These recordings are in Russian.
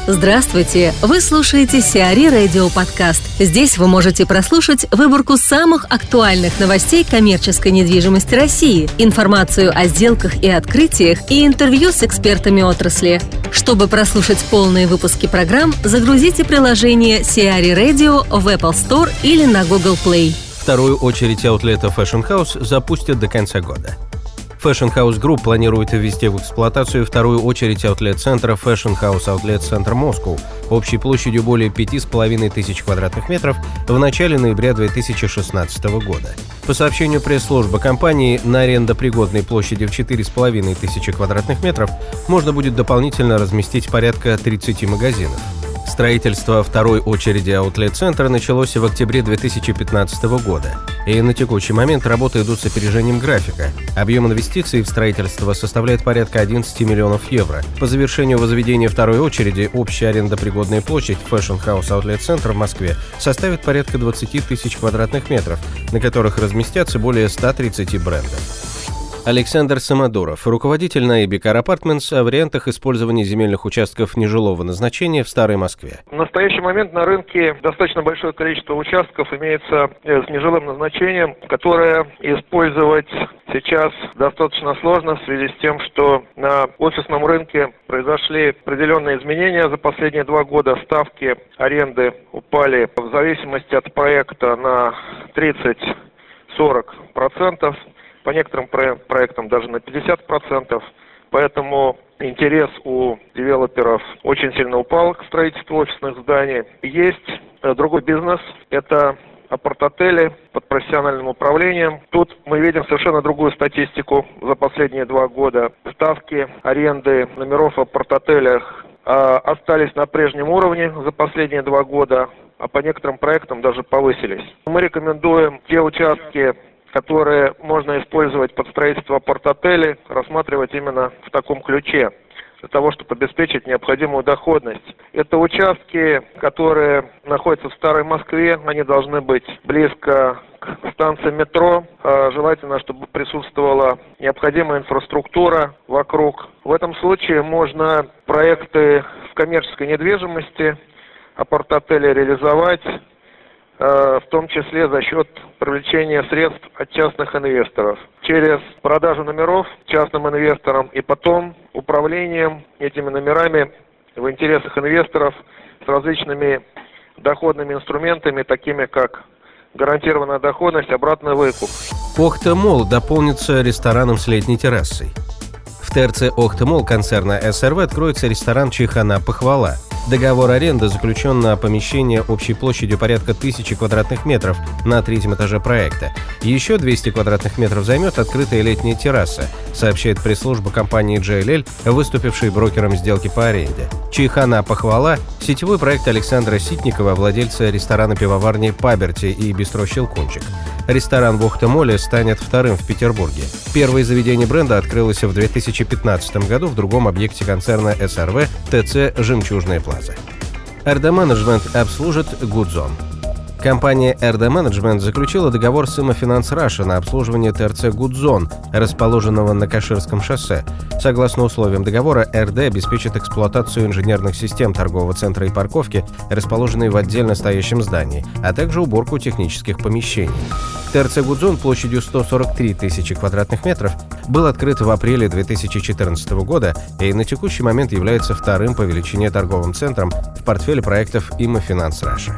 Здравствуйте! Вы слушаете Сиари Радио Подкаст. Здесь вы можете прослушать выборку самых актуальных новостей коммерческой недвижимости России, информацию о сделках и открытиях и интервью с экспертами отрасли. Чтобы прослушать полные выпуски программ, загрузите приложение Сиари Radio в Apple Store или на Google Play. Вторую очередь аутлета Fashion House запустят до конца года. Fashion House Group планирует ввести в эксплуатацию вторую очередь аутлет-центра Fashion House Outlet Center Moscow общей площадью более 5500 квадратных метров в начале ноября 2016 года. По сообщению пресс-службы компании, на арендопригодной площади в 4500 квадратных метров можно будет дополнительно разместить порядка 30 магазинов. Строительство второй очереди аутлет-центра началось в октябре 2015 года, и на текущий момент работы идут с опережением графика. Объем инвестиций в строительство составляет порядка 11 миллионов евро. По завершению возведения второй очереди общая арендопригодная площадь Fashion House Outlet Center в Москве составит порядка 20 тысяч квадратных метров, на которых разместятся более 130 брендов. Александр Самодуров, руководитель на Car Apartments, о вариантах использования земельных участков нежилого назначения в Старой Москве. В настоящий момент на рынке достаточно большое количество участков имеется с нежилым назначением, которое использовать сейчас достаточно сложно в связи с тем, что на офисном рынке произошли определенные изменения за последние 2 года. Ставки аренды упали в зависимости от проекта на 30-40%. По некоторым проектам даже на 50%, поэтому интерес у девелоперов очень сильно упал к строительству офисных зданий. Есть другой бизнес, это апарт-отели под профессиональным управлением. Тут мы видим совершенно другую статистику за последние 2 года. Ставки аренды номеров в апарт-отелях остались на прежнем уровне за последние 2 года, а по некоторым проектам даже повысились. Мы рекомендуем те участки, которые можно использовать под строительство апарт-отелей, рассматривать именно в таком ключе, для того, чтобы обеспечить необходимую доходность. Это участки, которые находятся в Старой Москве, они должны быть близко к станции метро, желательно, чтобы присутствовала необходимая инфраструктура вокруг. В этом случае можно проекты в коммерческой недвижимости, апарт-отели реализовать, в том числе за счет привлечения средств от частных инвесторов, через продажу номеров частным инвесторам и потом управлением этими номерами в интересах инвесторов с различными доходными инструментами, такими как гарантированная доходность, обратный выкуп. Охта Молл дополнится рестораном с летней террасой. В ТРЦ Охта Молл концерна СРВ откроется ресторан «Чайхана Похвала». Договор аренды заключен на помещение общей площадью порядка 1000 квадратных метров на 3-м этаже проекта. Еще 200 квадратных метров займет открытая летняя терраса, сообщает пресс-служба компании JLL, выступившей брокером сделки по аренде. «Чайхана Похвала» – сетевой проект Александра Ситникова, владельца ресторана-пивоварни «Паберти» и бистро «Щелкунчик». Ресторан в Охта-Молле станет 2-м в Петербурге. Первое заведение бренда открылось в 2015 году в другом объекте концерна СРВ ТЦ «Жемчужная Плаза». RD Management обслужит Гудзон. Компания RD Management заключила договор с Immofinanz Russia на обслуживание ТРЦ «Гудзон», расположенного на Каширском шоссе. Согласно условиям договора, RD обеспечит эксплуатацию инженерных систем торгового центра и парковки, расположенной в отдельно стоящем здании, а также уборку технических помещений. ТРЦ «Гудзон» площадью 143 тысячи квадратных метров был открыт в апреле 2014 года и на текущий момент является 2-м по величине торговым центром в портфеле проектов Immofinanz Russia.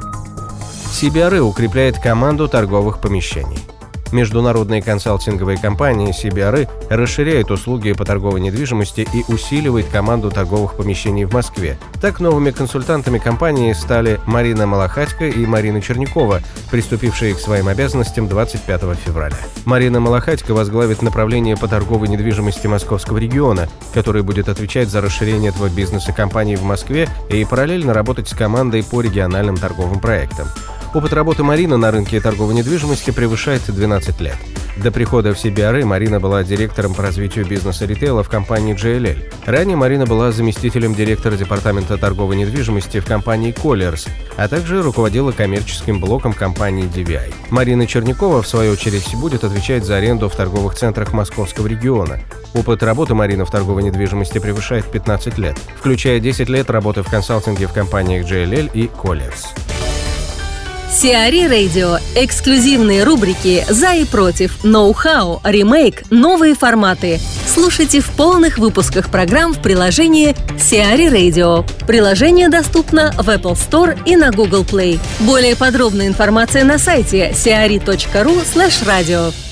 CBRE укрепляет команду торговых помещений. Международные консалтинговые компании CBRE расширяют услуги по торговой недвижимости и усиливают команду торговых помещений в Москве. Так, новыми консультантами компании стали Марина Малахатько и Марина Чернякова, приступившие к своим обязанностям 25 февраля. Марина Малахатько возглавит направление по торговой недвижимости Московского региона, который будет отвечать за расширение этого бизнеса компании в Москве и параллельно работать с командой по региональным торговым проектам. Опыт работы Марины на рынке торговой недвижимости превышает 12 лет. До прихода в CBRE Марина была директором по развитию бизнеса ритейла в компании JLL. Ранее Марина была заместителем директора департамента торговой недвижимости в компании Colliers, а также руководила коммерческим блоком компании DVI. Марина Чернякова, в свою очередь, будет отвечать за аренду в торговых центрах Московского региона. Опыт работы Марины в торговой недвижимости превышает 15 лет, включая 10 лет работы в консалтинге в компаниях JLL и Colliers. CRE Radio. Эксклюзивные рубрики «За и против», «Ноу-хау», «Ремейк», «Новые форматы». Слушайте в полных выпусках программ в приложении CRE Radio. Приложение доступно в Apple Store и на Google Play. Более подробная информация на сайте cre.ru/radio.